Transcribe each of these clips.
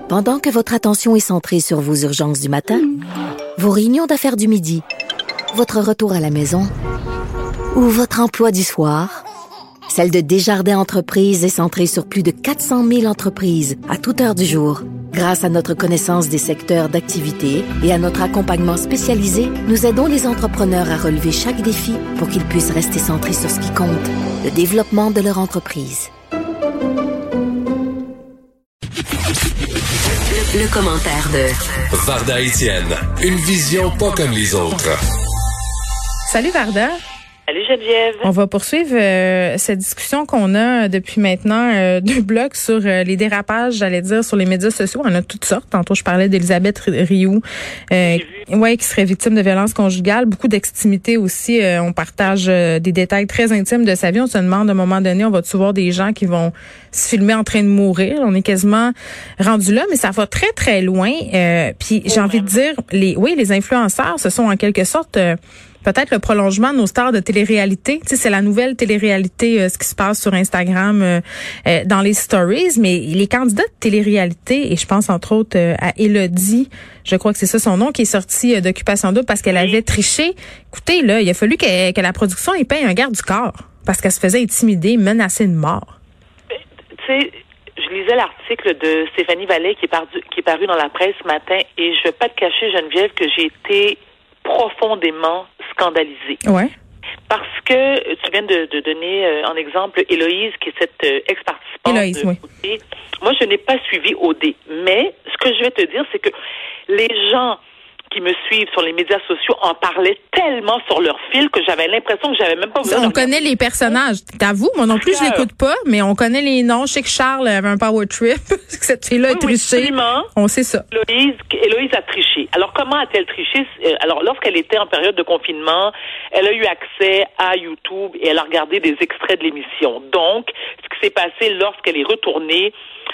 Pendant que votre attention est centrée sur vos urgences du matin, vos réunions d'affaires du midi, votre retour à la maison ou votre emploi du soir, celle de Desjardins Entreprises est centrée sur plus de 400 000 entreprises à toute heure du jour. Grâce à notre connaissance des secteurs d'activité et à notre accompagnement spécialisé, nous aidons les entrepreneurs à relever chaque défi pour qu'ils puissent rester centrés sur ce qui compte, le développement de leur entreprise. Le commentaire de Varda Étienne, une vision pas comme les autres. Salut Varda. Salut Geneviève. On va poursuivre cette discussion qu'on a depuis maintenant 2 blocs sur les dérapages, j'allais dire, sur les médias sociaux. On en a toutes sortes. Tantôt, je parlais d'Elisabeth Rioux, qui serait victime de violences conjugales. Beaucoup d'extimité aussi. On partage des détails très intimes de sa vie. On se demande à un moment donné, on va-tu voir des gens qui vont se filmer en train de mourir? On est quasiment rendu là, mais ça va très, très loin. Puis j'ai envie de dire, les influenceurs, ce sont en quelque sorte... peut-être le prolongement de nos stars de télé-réalité. Tu sais, c'est la nouvelle télé-réalité, ce qui se passe sur Instagram dans les stories. Mais les candidats de télé-réalité, et je pense entre autres à Élodie, je crois que c'est ça son nom, qui est sortie d'Occupation Double parce qu'elle avait triché. Écoutez, là, il a fallu que la production y paye un garde du corps parce qu'elle se faisait intimider, menacer de mort. Tu sais, je lisais l'article de Stéphanie Vallet qui est paru dans la presse ce matin et je vais pas te cacher, Geneviève, que j'ai été profondément scandalisée. Ouais. Parce que tu viens de donner en exemple Héloïse, qui est cette ex-participante. Héloïse, oui. OD. Moi, je n'ai pas suivi OD. Mais ce que je vais te dire, c'est que les gens qui me suivent sur les médias sociaux en parlaient tellement sur leur fil que j'avais l'impression que j'avais même pas besoin. On connaît les personnages. T'avoues, moi non plus, je l'écoute pas, mais on connaît les noms. Je sais que Charles avait un power trip. Cette fille-là a triché. Absolument. On sait ça. Héloïse a triché. Alors, comment a-t-elle triché? Alors, lorsqu'elle était en période de confinement, elle a eu accès à YouTube et elle a regardé des extraits de l'émission. Donc, ce qui s'est passé lorsqu'elle est retournée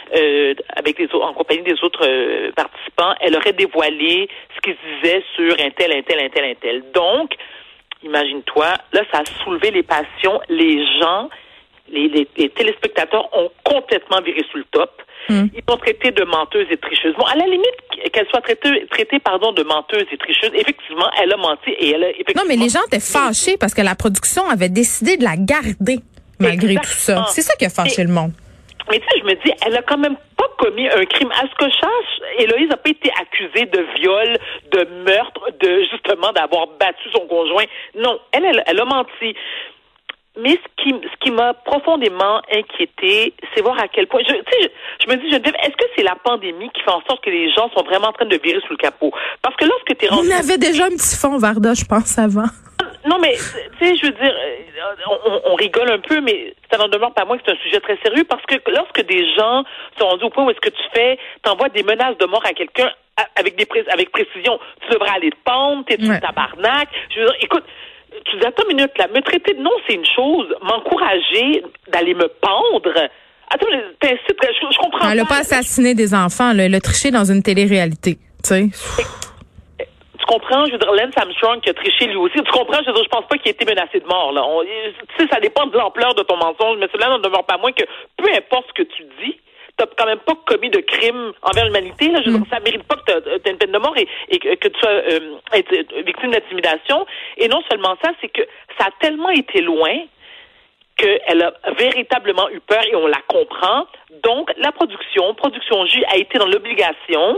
en compagnie des autres participants, elle aurait dévoilé ce qui se disait sur un tel. Donc, imagine-toi, là, ça a soulevé les passions. Les gens, les téléspectateurs ont complètement viré sous le top. Ils sont traités de menteuses et tricheuses. Bon, à la limite, qu'elle soit traitée de menteuse et tricheuse, effectivement, elle a menti et elle a effectivement... Non, mais les gens étaient fâchés parce que la production avait décidé de la garder malgré tout ça. C'est ça qui a fâché le monde. Mais tu sais, je me dis, elle a quand même pas commis un crime. À ce que je sache, Héloïse n'a pas été accusée de viol, de meurtre, justement d'avoir battu son conjoint. Non, elle a menti. Mais ce qui m'a profondément inquiétée, c'est voir à quel point... Je me dis, Geneviève, est-ce que c'est la pandémie qui fait en sorte que les gens sont vraiment en train de virer sous le capot? Parce que lorsque tu es rendu... On avait déjà un petit fond, Varda, je pense, avant. Non, mais, tu sais, je veux dire, on rigole un peu, mais ça n'en demeure pas moins que c'est un sujet très sérieux parce que lorsque des gens sont rendus au point où est-ce que tu t'envoies des menaces de mort à quelqu'un avec précision, tu devrais aller te pendre, t'es une tabarnak. Je veux dire, écoute, tu dis, attends une minute, là, me traiter de non, c'est une chose, m'encourager d'aller me pendre. Attends, je comprends pas. Elle n'a pas assassiné des enfants, elle a triché dans une télé-réalité, tu sais. Tu comprends? Je veux dire, Lance Armstrong qui a triché lui aussi. Tu comprends? Je veux dire, je pense pas qu'il ait été menacé de mort, là. Tu sais, ça dépend de l'ampleur de ton mensonge, mais cela n'en demeure pas moins que peu importe ce que tu dis, t'as quand même pas commis de crime envers l'humanité, là. Je veux dire, ça mérite pas que t'aies une peine de mort et que tu sois victime d'intimidation. Et non seulement ça, c'est que ça a tellement été loin qu'elle a véritablement eu peur et on la comprend. Donc, la production J a été dans l'obligation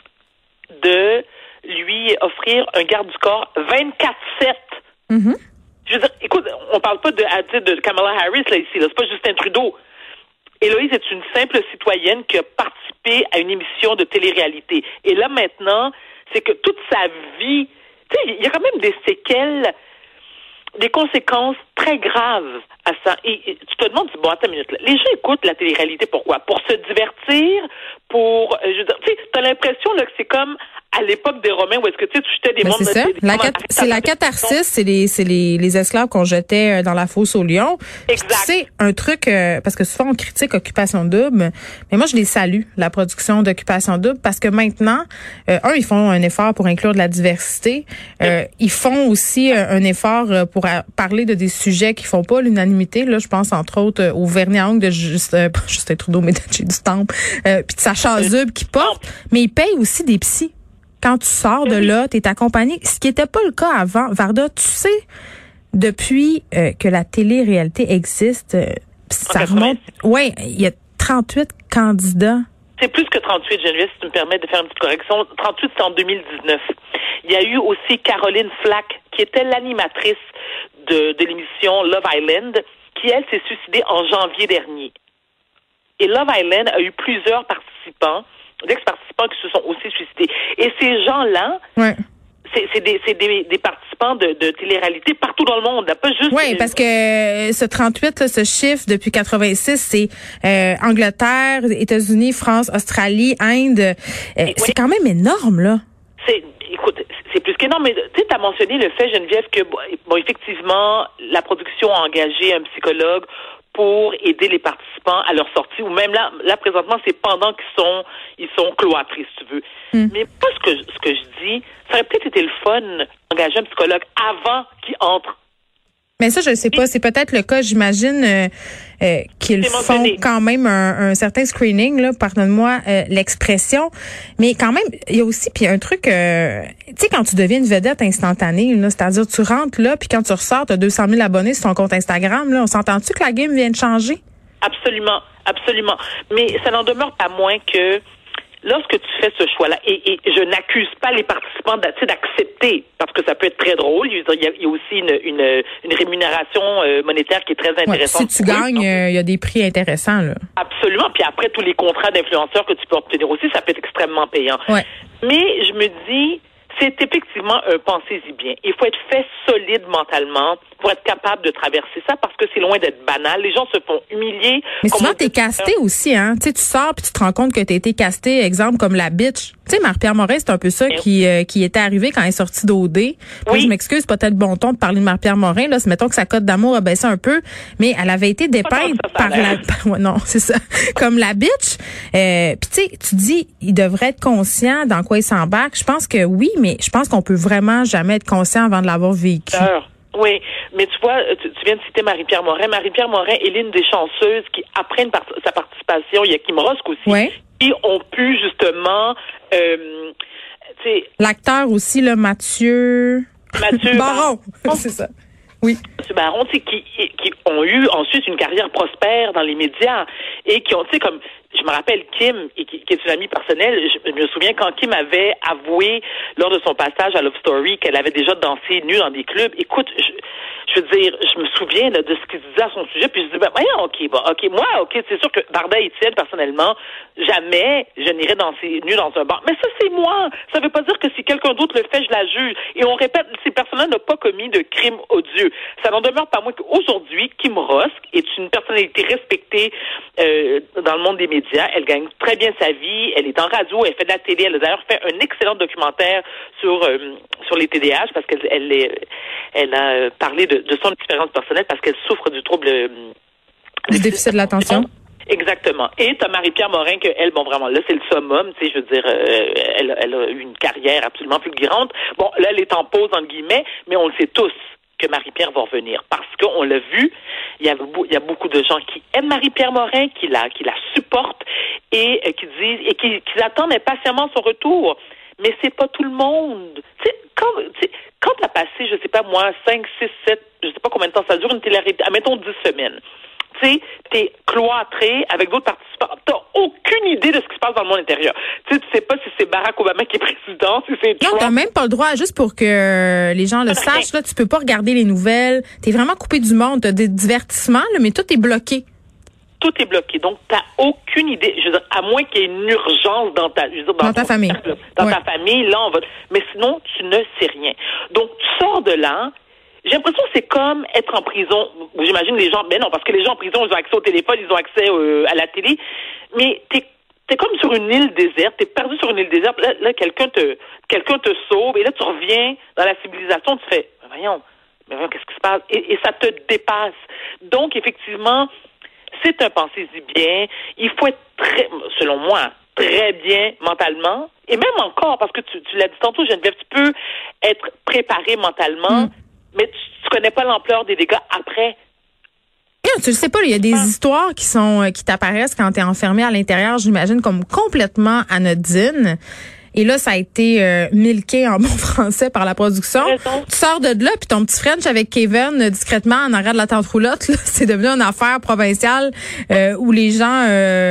de lui offrir un garde du corps 24/7. Je veux dire, écoute, on parle pas de Kamala Harris là ici, là, c'est pas Justin Trudeau. Héloïse est une simple citoyenne qui a participé à une émission de télé-réalité. Et là maintenant, c'est que toute sa vie, tu sais, il y a quand même des séquelles, des conséquences très graves à ça. Et tu te demandes, bon, attends une minute, là. Les gens écoutent la télé-réalité pourquoi? Pour se divertir, je veux dire, tu sais, t'as l'impression là que c'est comme à l'époque des Romains où est-ce que tu jetais des mondes... C'est la catharsis, c'est les esclaves qu'on jetait dans la fosse aux lions. Exact. C'est un truc, parce que souvent on critique Occupation Double, mais moi je les salue, la production d'Occupation Double, parce que maintenant, ils font un effort pour inclure de la diversité. Ils font aussi un effort pour parler de des sujets qui font pas l'unanimité. Là, je pense entre autres au vernis à ongles de Justin Trudeau, Médachi du Temple, puis de Sacha Zub qui porte, mais ils payent aussi des psys. Quand tu sors de là, tu es accompagné. Ce qui n'était pas le cas avant. Varda, tu sais, depuis que la télé-réalité existe, ça remonte. Oui, il y a 38 candidats. C'est plus que 38, Geneviève, si tu me permets de faire une petite correction. 38, c'est en 2019. Il y a eu aussi Caroline Flack, qui était l'animatrice de l'émission Love Island, qui, elle, s'est suicidée en janvier dernier. Et Love Island a eu plusieurs participants, d'ex-participants qui se sont aussi suicidés. Et ces gens-là, c'est des participants de télé-réalité partout dans le monde, pas juste... Oui, parce que ce 38, là, ce chiffre, depuis 86, c'est Angleterre, États-Unis, France, Australie, Inde. C'est quand même énorme, là. Écoute, c'est plus qu'énorme, mais tu sais, t'as mentionné le fait, Geneviève, que, bon, effectivement, la production a engagé un psychologue pour aider les participants à leur sortie, ou même là présentement, c'est pendant qu'ils sont cloîtrés, si tu veux. Mais moi, ce que je dis, ça aurait peut-être été le fun d'engager un psychologue avant qu'il entre. Mais ça, je sais pas. C'est peut-être le cas, j'imagine, qu'ils font quand même un certain screening, là, pardonne-moi l'expression. Mais quand même, il y a aussi puis un truc, tu sais, quand tu deviens une vedette instantanée, là, c'est-à-dire tu rentres là, puis quand tu ressors, tu as 200 000 abonnés sur ton compte Instagram, là, on s'entend-tu que la game vient de changer? Absolument, absolument. Mais ça n'en demeure pas moins que lorsque tu fais ce choix-là, et je n'accuse pas les participants d'accepter, parce que ça peut être très drôle, il y a aussi une rémunération monétaire qui est très intéressante. Ouais, si tu gagnes, il y a des prix intéressants, là. Absolument. Puis après, tous les contrats d'influenceurs que tu peux obtenir aussi, ça peut être extrêmement payant. Ouais. Mais je me dis, c'est effectivement un pensez-y bien. Il faut être fait solide mentalement pour être capable de traverser ça parce que c'est loin d'être banal. Les gens se font humilier. Mais souvent, t'es casté aussi, hein. Tu sais, tu sors puis tu te rends compte que t'as été casté, exemple, comme la bitch. Tu sais, Marie-Pierre Morin, c'est un peu ça qui était arrivé quand elle est sortie d'OD. Oui. Je m'excuse, c'est pas peut-être bon ton de parler de Marie-Pierre Morin, là. Mettons que sa cote d'amour a baissé un peu, mais elle avait été dépeinte par ouais, non, c'est ça. Comme la bitch. Puis tu sais, tu dis, il devrait être conscient dans quoi il s'embarque. Je pense que oui, mais je pense qu'on peut vraiment jamais être conscient avant de l'avoir vécu. Oui, mais tu vois, tu viens de citer Marie-Pierre Morin. Marie-Pierre Morin est l'une des chanceuses qui, après sa participation, il y a Kim Rosk aussi, qui ont pu justement... l'acteur aussi, là, Mathieu Baron. C'est ça. Oui. Mathieu Baron, qui ont eu ensuite une carrière prospère dans les médias et qui ont, tu sais, comme... Je me rappelle Kim, qui est une amie personnelle, je me souviens quand Kim avait avoué lors de son passage à Love Story qu'elle avait déjà dansé nue dans des clubs. Écoute, je veux dire, je me souviens là, de ce qu'il disait à son sujet, puis je dis, c'est sûr que Varda Étienne, personnellement, jamais je n'irai danser nue dans un bar. Mais ça, c'est moi. Ça veut pas dire que si quelqu'un d'autre le fait, je la juge. Et on répète, ces personnes-là n'ont pas commis de crime odieux. Ça n'en demeure pas moins qu'aujourd'hui, Kim Rosk est une personnalité respectée dans le monde des médias. Elle gagne très bien sa vie. Elle est en radio. Elle fait de la télé. Elle a d'ailleurs fait un excellent documentaire sur les TDAH parce qu'elle a parlé de son expérience personnelle parce qu'elle souffre du trouble du déficit de l'attention. Exactement. Et t'as Marie-Pierre Morin que elle, bon, vraiment, là, c'est le summum, tu sais, je veux dire, elle a eu une carrière absolument fulgurante. Bon, là, elle est en pause, entre guillemets, mais on le sait tous que Marie-Pierre va revenir parce qu'on l'a vu, il y a beaucoup de gens qui aiment Marie-Pierre Morin, qui la supportent et qui disent et qui attendent impatiemment son retour. Mais c'est pas tout le monde. Tu sais, quand t'as passé, je sais pas moi, 5, 6, 7, je sais pas combien de temps ça dure une télé-réalité, admettons 10 semaines. Tu sais, t'es cloîtré avec d'autres participants. T'as aucune idée de ce qui se passe dans le monde intérieur. Tu sais pas si c'est Barack Obama qui est président, si c'est Trump. Non, t'as même pas le droit, juste pour que les gens le sachent, là, tu peux pas regarder les nouvelles. T'es vraiment coupé du monde. T'as des divertissements, là, mais tout est bloqué. Tout est bloqué. Donc, t'as aucune idée. Je veux dire, à moins qu'il y ait une urgence dans ta famille. Dans ta famille, là, on va... Mais sinon, tu ne sais rien. Donc, tu sors de là. J'ai l'impression que c'est comme être en prison. J'imagine les gens, mais non, parce que les gens en prison, ils ont accès au téléphone, ils ont accès à la télé. Mais t'es comme sur une île déserte, t'es perdu sur une île déserte, là quelqu'un te sauve, et là tu reviens dans la civilisation, tu fais, mais voyons, qu'est-ce qui se passe? Et ça te dépasse. Donc, effectivement, c'est un pensez-y bien. Il faut être selon moi, très bien mentalement, et même encore, parce que tu l'as dit tantôt, Geneviève, tu peux être préparé mentalement, mais tu connais pas l'ampleur des dégâts après. Tu le sais pas, il y a des histoires qui t'apparaissent quand tu es enfermé à l'intérieur, j'imagine, comme complètement anodines. Et là, ça a été milqué en bon français par la production. Tu sors de là, puis ton petit French avec Kevin, discrètement, en arrière de la tente roulotte, là, c'est devenu une affaire provinciale où les gens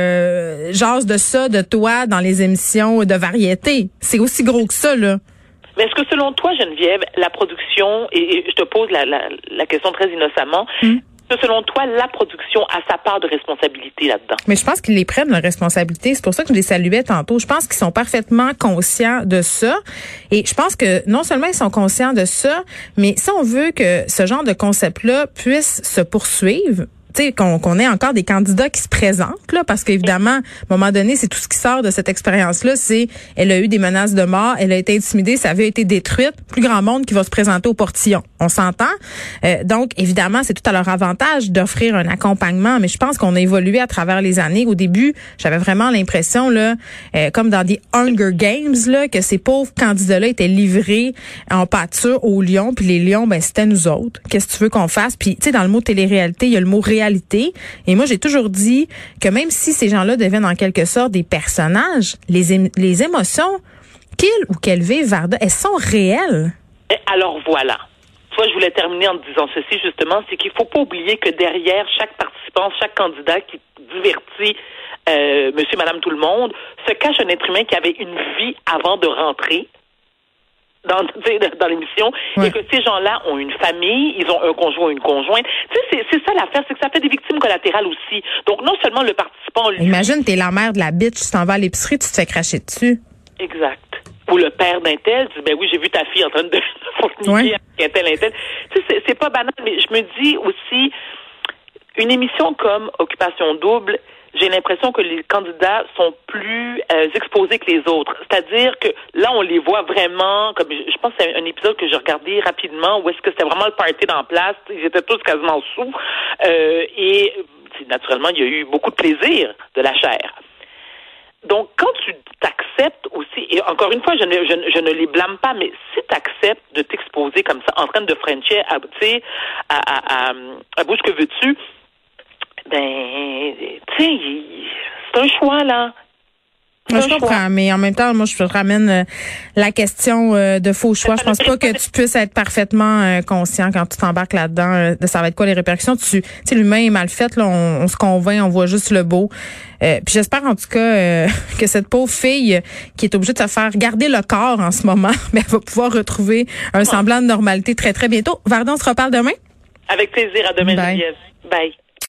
jasent de ça, de toi, dans les émissions de variété. C'est aussi gros que ça, là. Mais est-ce que selon toi, Geneviève, la production, et je te pose la question très innocemment, que selon toi, la production a sa part de responsabilité là-dedans? Mais je pense qu'ils les prennent, leur responsabilité. C'est pour ça que je les saluais tantôt. Je pense qu'ils sont parfaitement conscients de ça. Et je pense que non seulement ils sont conscients de ça, mais si on veut que ce genre de concept-là puisse se poursuivre, tu sais, qu'on ait encore des candidats qui se présentent, là, parce qu'évidemment, à un moment donné, c'est tout ce qui sort de cette expérience-là, c'est, elle a eu des menaces de mort, elle a été intimidée, sa vie a été détruite, plus grand monde qui va se présenter au portillon. On s'entend? Donc, évidemment, c'est tout à leur avantage d'offrir un accompagnement, mais je pense qu'on a évolué à travers les années. Au début, j'avais vraiment l'impression, là, comme dans des Hunger Games, là, que ces pauvres candidats-là étaient livrés en pâture aux lions, puis les lions, ben, c'était nous autres. Qu'est-ce que tu veux qu'on fasse? Puis, tu sais, dans le mot télé-réalité, il y a le mot réalité. Et moi, j'ai toujours dit que même si ces gens-là deviennent en quelque sorte des personnages, les émotions qu'ils ou qu'elles vivent, Varda, elles sont réelles. Alors voilà. Toi, je voulais terminer en te disant ceci, justement, c'est qu'il faut pas oublier que derrière chaque participant, chaque candidat qui divertit monsieur, madame, tout le monde, se cache un être humain qui avait une vie avant de rentrer dans l'émission, et que ces gens-là ont une famille, ils ont un conjoint ou une conjointe. Tu sais, c'est ça l'affaire, c'est que ça fait des victimes collatérales aussi. Donc, non seulement le participant... Imagine, t'es la mère de la bitch, tu t'en vas à l'épicerie, tu te fais cracher dessus. Exact. Ou le père d'un tel dit, ben oui, j'ai vu ta fille en train de forniquer avec un tel. Tu sais, c'est pas banal, mais je me dis aussi, une émission comme Occupation Double, j'ai l'impression que les candidats sont plus exposés que les autres. C'est-à-dire que là, on les voit vraiment, comme je pense que c'est un épisode que j'ai regardé rapidement, où est-ce que c'était vraiment le party dans place, ils étaient tous quasiment sous, et naturellement, il y a eu beaucoup de plaisir de la chair. Donc, quand tu t'acceptes aussi, et encore une fois, je ne les blâme pas, mais si tu acceptes de t'exposer comme ça, en train de frencher, tu sais, à bouche que veux-tu, ben, tu sais, c'est un choix, là. Je comprends, mais en même temps, moi, je te ramène la question de faux choix. Je pense pas que tu puisses être parfaitement conscient quand tu t'embarques là-dedans de ça va être quoi les répercussions. Tu sais, l'humain est mal fait, là, on se convainc, on voit juste le beau. Puis j'espère en tout cas que cette pauvre fille qui est obligée de se faire garder le corps en ce moment, mais elle va pouvoir retrouver un semblant de normalité très, très bientôt. Varda, on se reparle demain? Avec plaisir. À demain, Geneviève. Bye.